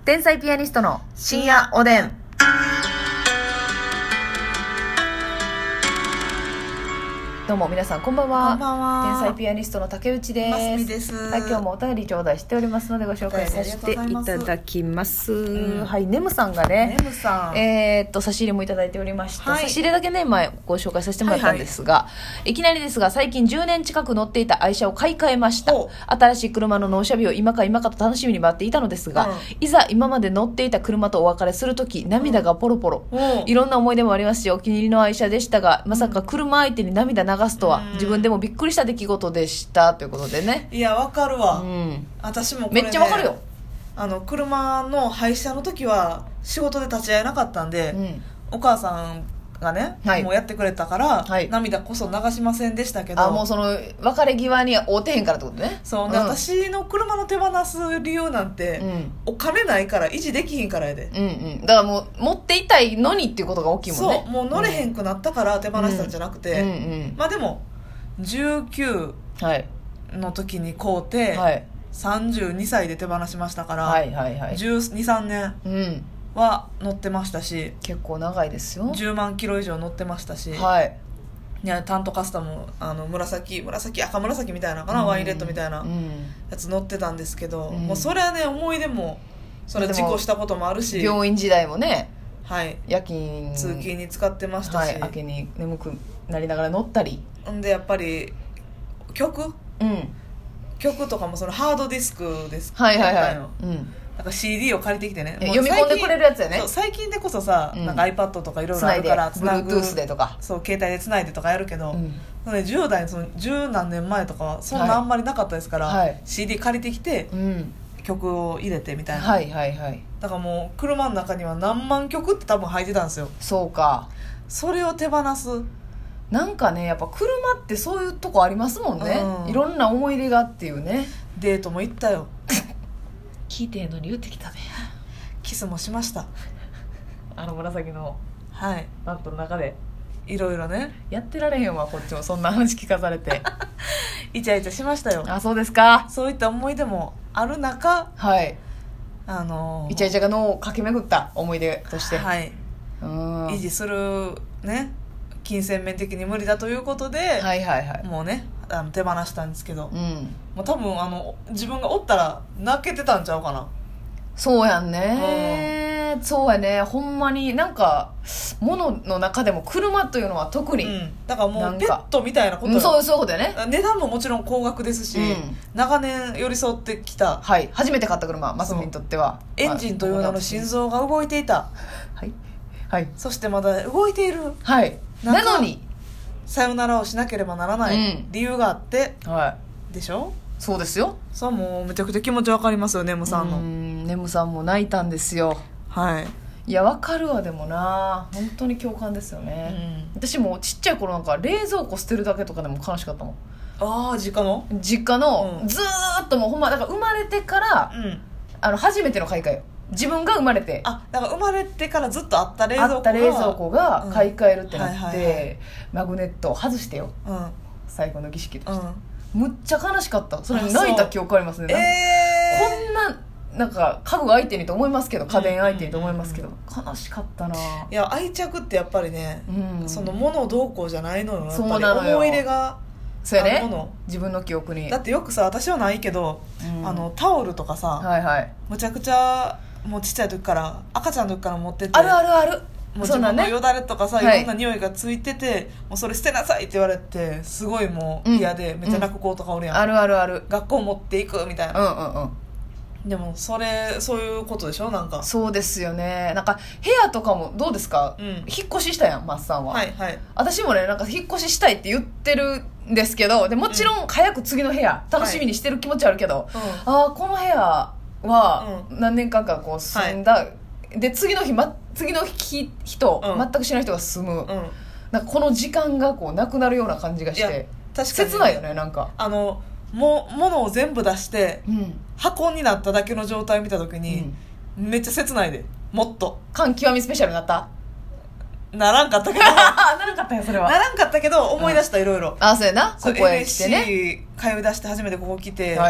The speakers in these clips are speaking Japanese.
天才ピアニストの深夜おでん。どうも皆さんこんばんは。 こんばんは。 天才ピアニストの竹内です。 ますみです。 はい、今日もお便り頂戴しておりますのでご紹介させていただきます。はい、ネムさんがね、 ネムさん、 差し入れもいただいておりまして、 はい、 差し入れだけね前ご紹介させてもらったんですが、いきなりですが最近10年近く乗っていた愛車を買い替えました。新しい車の納車日を今か今かと楽しみに待っていたのですが、いざ今まで乗っていた車とお別れするとき涙がポロポロ、いろんな思い出もありますしお気に入りの愛車でしたが、まさか車相手に涙流すとは、自分でもびっくりした出来事でしたということでね。 いやわかるわ、私もこれ、ね、 めっちゃわかるよ。 車の廃車の時は仕事で立ち会えなかったんで、お母さんがね、もうやってくれたから、涙こそ流しませんでしたけど、 もうその別れ際に会うてへんからってことね。 そうね、私の車の手放す理由なんて、お金ないから維持できひんからやで、 だからもう持っていたいのにっていうことが大きいもんね。 そう、もう乗れへんくなったから手放したんじゃなくて、まあでも19の時に買うて、32歳で手放しましたから、12、13年は乗ってましたし、 結構長いですよ。 10万キロ以上乗ってましたし、いやタントカスタム紫赤紫みたいなかな、ワインレッドみたいなやつ乗ってたんですけど、もうそれはね思い出も、それ事故したこともあるし、 病院時代もね、夜勤通勤に使ってましたし、 明けに眠くなりながら乗ったりんで、やっぱり曲とかもそのハードディスクですなんか CD を借りてきてね、 読み込んでくれるやつやね。 最近でこそさ、なんか iPad とかいろいろあるからつなぐ Bluetooth でとか、 そう携帯でつないでとかやるけど、10代その10何年前とかはそんなあんまりなかったですから、CD 借りてきて、曲を入れてみたいな、だからもう車の中には何万曲って多分入ってたんですよ。 そうか。 それを手放す、 なんかね、やっぱ車ってそういうとこありますもんね、いろんな思い出がっていうね。 デートも行ったよ聞いてんのに言ってきたね。 キスもしました。 紫のバットの中でいろいろね、 やってられへんわこっちもそんな話聞かされてイチャイチャしましたよ。 あ、そうですか。 そういった思い出もある中、 イチャイチャが脳を駆け巡った思い出として、 維持するね、金銭面的に無理だということで、もうね手放したんですけど、もう多分自分がおったら泣けてたんちゃうかな。 そうやんね、そうやね。ほんまになんか物の中でも車というのは特に、 だからもうペットみたいなことよ、 そういうことやね。 値段ももちろん高額ですし、長年寄り添ってきた、 初めて買った車、マスミにとってはエンジンという名の心臓が動いていた、そしてまだ動いている、なのにさよならをしなければならない理由があって、でしょ。 そうですよ。 そう、もうめちゃくちゃ気持ちわかりますよ、ネムさんの。 ネムさんも泣いたんですよ。いやわかるわ。でもな、本当に共感ですよね、私もちっちゃい頃なんか冷蔵庫捨てるだけとかでも悲しかったもん。実家の、ずーっともうほんまだから生まれてから、初めての買い替えよ。自分が生まれて、 だから生まれてからずっとあった冷蔵庫が買い替えるってなって、マグネットを外してよ、最後の儀式として、むっちゃ悲しかった。それに泣いた記憶ありますね。こんななんか家具相手にと思いますけど、家電相手にと思いますけど、悲しかったな。いや愛着ってやっぱりね、その物どうこうじゃないのよ。やっぱりそうなのよ。 思い入れがそうやね、自分の記憶に。 だってよくさ、私はないけど、タオルとかさ、むちゃくちゃもうちっちゃい時から赤ちゃんの時から持ってて、 あるもう自分のよだれとかさ、いろんな匂いがついてて、もうそれ捨てなさいって言われてすごいもう嫌で、めっちゃ泣く子とかおるやん、 ある学校持っていくみたいな、でもそういうことでしょ。なんかそうですよね。なんか部屋とかもどうですか、引っ越ししたやんマッサンは。私もね、なんか引っ越ししたいって言ってるんですけど、でもちろん早く次の部屋楽しみにしてる気持ちあるけど、この部屋は何年間かこう住んだ、で次の日と全くしない人が住む、なんかこの時間がこうなくなるような感じがして、確かに切ないよね。なんか物を全部出して、箱になっただけの状態見た時に、めっちゃ切ないで。もっと感極みスペシャルになったならんかったけどならんかったよそれは。 ならんかったけど思い出した、いろいろ。 そうやな、ここへ来てね、 NSC 通い出して初めてここ来て、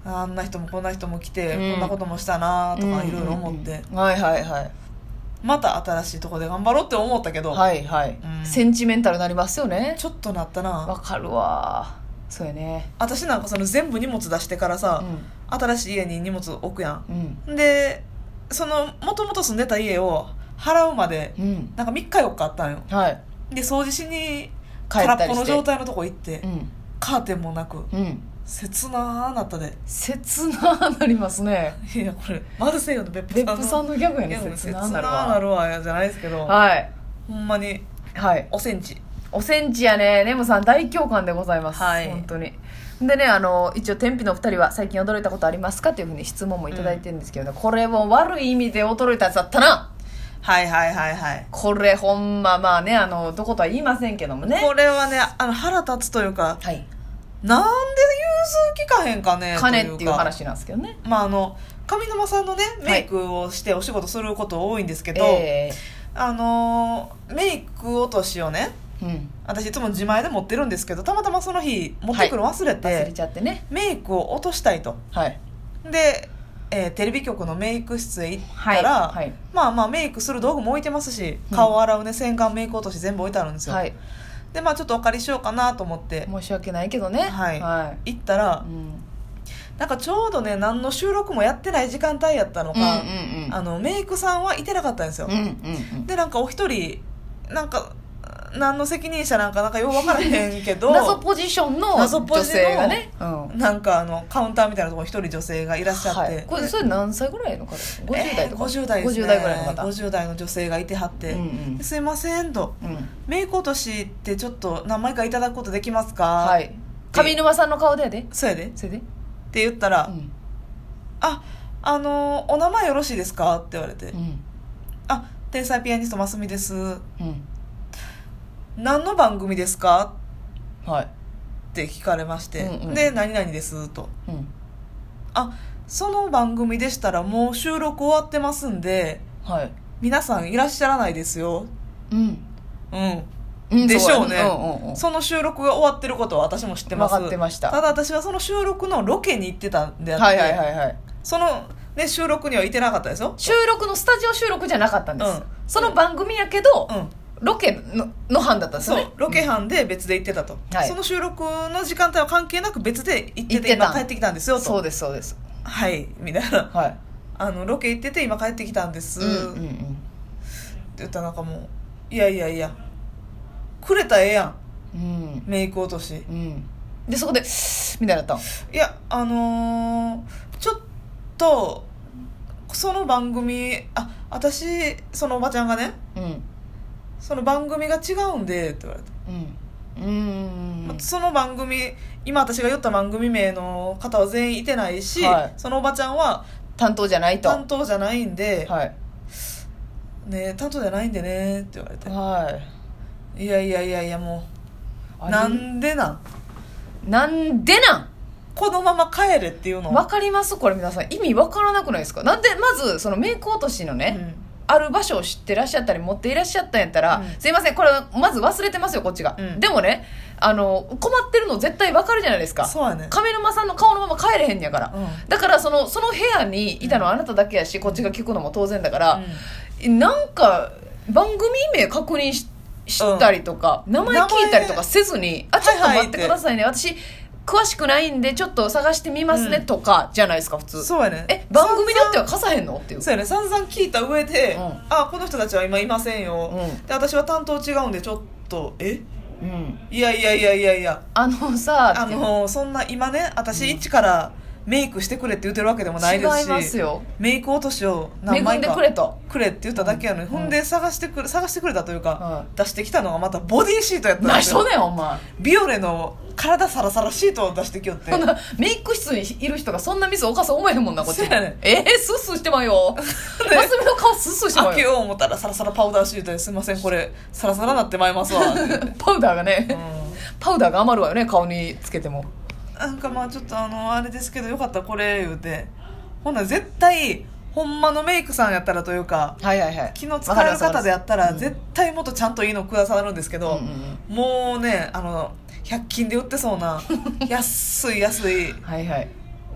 あんな人もこんな人も来て、こんなこともしたなとかいろいろ思って、 はいはいはい、 また新しいとこで頑張ろうって思ったけど、 はいはい、センチメンタルになりますよね。 ちょっとなったな。 わかるわ。そうやね。 私なんかその全部荷物出してからさ、新しい家に荷物置くやん、でそのもともと住んでた家を払うまで、なんか3日4日あったんよ、はい、で掃除しに空っぽの状態のとこ行って、カーテンもなく、切なーなったで。 切なーなりますね。 いやこれマルセイユの別府さんのギャグやね。 切なーなるわじゃないですけど、 はい、 ほんまに、 はい、 おセンチやね。ネムさん大共感でございます、はい、本当に。でね、一応天日のお二人は最近驚いたことありますかというふうに質問もいただいてるんですけどね、これも悪い意味で驚いたやつだったな。 はいはいはいはい。 これほんままあね、どことは言いませんけどもね、 これはね腹立つというか、はい、なんで融通聞かへんかね金っていう話なんですけどね。 まあ上沼さんのねメイクをしてお仕事すること多いんですけど、メイク落としをね、私いつも自前で持ってるんですけど、たまたまその日持ってくるの忘れて、 忘れちゃってね、 メイクを落としたいと、はい、で、テレビ局のメイク室へ行ったら、はいはい、まあまあメイクする道具も置いてますし、顔を洗うね洗顔メイク落とし全部置いてあるんですよ、はい、でまあちょっとお借りしようかなと思って申し訳ないけどね、 はいはい、行ったら、なんかちょうどね何の収録もやってない時間帯やったのか、メイクさんはいてなかったんですよ、でなんかお一人なんか何の責任者なんかよく分からへんけど謎ポジションの女性がね、 なんかカウンターみたいなところに一人女性がいらっしゃって、 これそれ何歳ぐらいの方？50代とか、 50代ですね、 50代ぐらいの方、 50代の女性がいてはって、すいませんと、メイク落としってちょっと何枚かいただくことできますか、はい、 上沼さんの顔でやで、 そうやでって言ったら、お名前よろしいですかって言われて、天才ピアニストますみです、何の番組ですか、はい、って聞かれまして、で何々ですと、その番組でしたらもう収録終わってますんで、はい、皆さんいらっしゃらないですよ、でしょうね、その収録が終わってることは私も知ってます。 分かってました。 ただ私はその収録のロケに行ってたんであって、その、ね、収録には行ってなかったですよ。 収録のスタジオ収録じゃなかったんです、その番組やけど、ロケの班だったんですよね。そう、 ロケ班で別で行ってたと、その収録の時間帯は関係なく別で行ってて今帰ってきたんですよと。 そうですそうです、 はいみたいな、ロケ行ってて今帰ってきたんです、って言ったらなんかもういやくれたらええやん、メイク落とし、 でそこでみたいなったん。 いやちょっとその番組私そのおばちゃんがね、その番組が違うんでって言われて、その番組今私が言った番組名の方は全員いてないし、そのおばちゃんは担当じゃないと、 担当じゃないんで、ね、担当じゃないんでねって言われて、いやもうなんでなんこのまま帰れっていうの分かります？これ皆さん意味分からなくないですか？なんでまずそのメイク落としのね、ある場所を知ってらっしゃったり持っていらっしゃったんやったら、すいませんこれまず忘れてますよこっちが、でもね困ってるの絶対分かるじゃないですか。 そうやね、 上沼さんの顔のまま帰れへんやから、だからその部屋にいたのはあなただけやし、こっちが聞くのも当然だから、なんか番組名確認したりとか、名前聞いたりとかせずに、ちょっと待ってくださいね、私詳しくないんでちょっと探してみますねとかじゃないですか普通。 そうやね、 番組によっては貸さへんのっていう。 そうやね、散々聞いた上で、この人たちは今いませんよ、で私は担当違うんでちょっといやそんな今ね私一からメイクしてくれって言ってるわけでもないですし、 違いますよ、 メイク落としを何枚か恵んでくれとくれって言っただけやのに、ほんで探してくれたというか、出してきたのがまたボディシートやったんですよ。 何しとんねんお前、 ビオレの体サラサラシートを出してきよって、 メイク室にいる人がそんなミス犯す思えへんもんなこっち。スッスしてまうよマスミの顔スッスしてまうよ。 開けよう思ったらサラサラパウダーシートで、すいませんこれサラサラなってまいますわパウダーがね、パウダーが余るわよね顔につけても。 なんかまあちょっとあれですけどよかったらこれ言うて、ほんなら絶対ほんまのメイクさんやったらというか、気の使える方でやったら絶対もっとちゃんといいのくださるんですけど、もうね100均で売ってそうな安い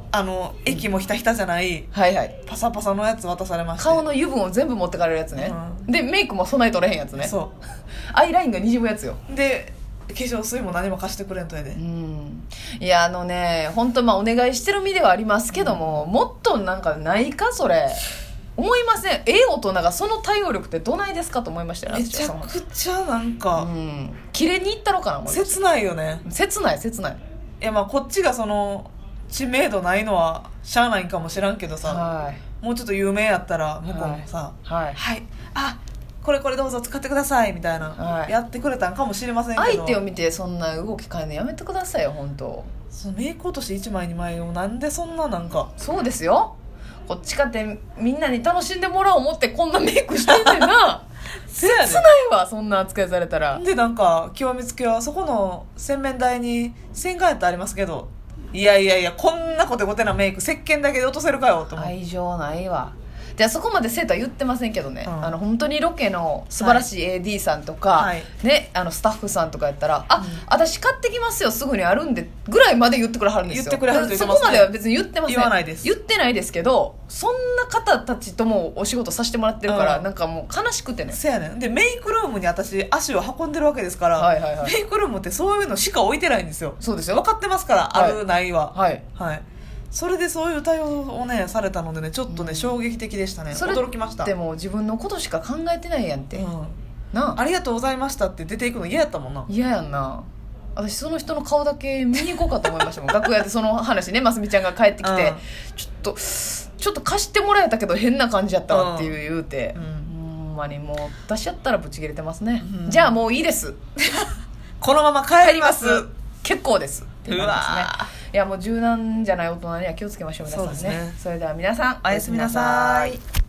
液もひたひたじゃない、 はいはい、 パサパサのやつ渡されまして、 顔の油分を全部持ってかれるやつね、でメイクも備えとれへんやつね。 そうアイラインがにじむやつよ。 で化粧水も何も貸してくれんとやで。 いや本当お願いしてる身ではありますけども、もっとなんかないかそれ思いません？大人がその対応力ってどないですかと思いましたよ。 めちゃくちゃなんか綺麗にいったろかな思いました。 切ないよね。 切ない。 いやこっちがその知名度ないのはしゃあないんかもしらんけどさ、はい、もうちょっと有名やったら向こうもさ、はい、はい、あ、これどうぞ使ってくださいみたいな、はい、やってくれたんかもしれませんけど、 相手を見てそんな動き変えるのやめてくださいよ本当。 そのメイク落とし1枚2枚をなんでそんななんか。 そうですよ、こっちかってみんなに楽しんでもらおう思ってこんなメイクしてんねんな切ないわそんな扱いされたら。 でなんか極めつけはそこの洗面台に洗顔やってありますけど、いやこんなコテコテなメイク石鹸だけで落とせるかよと思う。 愛情ないわ。でそこまで生徒は言ってませんけどね、本当にロケの素晴らしい AD さんとか、はい、ね、スタッフさんとかやったら、私買ってきますよすぐにあるんでぐらいまで言ってくれはるんですよ。 言ってくれはると言ってますね。そこまでは別に言ってません。 言わないです。 言ってないですけど、そんな方たちともお仕事させてもらってるから、なんかもう悲しくてね。 そうやねん。でメイクルームに私足を運んでるわけですから、はいはいはい、メイクルームってそういうのしか置いてないんですよ。 そうですよ、 分かってますから、はい、あるないは、はいはい、それでそういう対応をねされたのでね、ちょっとね、衝撃的でしたね。驚きました。 でも自分のことしか考えてないやんって、 なあ、ありがとうございましたって出ていくの嫌やったもんな。 嫌やんな。私その人の顔だけ見に行こうかと思いましたもん楽屋でその話ね、ますみちゃんが帰ってきて、ちょっと貸してもらえたけど変な感じやったわって言うて、ほんまにもう私やったらブチ切れてますね、じゃあもういいですこのまま帰ります、 結構ですっていう感じですね。いやもう柔軟じゃない大人には気をつけましょう皆さん ね。それでは皆さんおやすみなさい。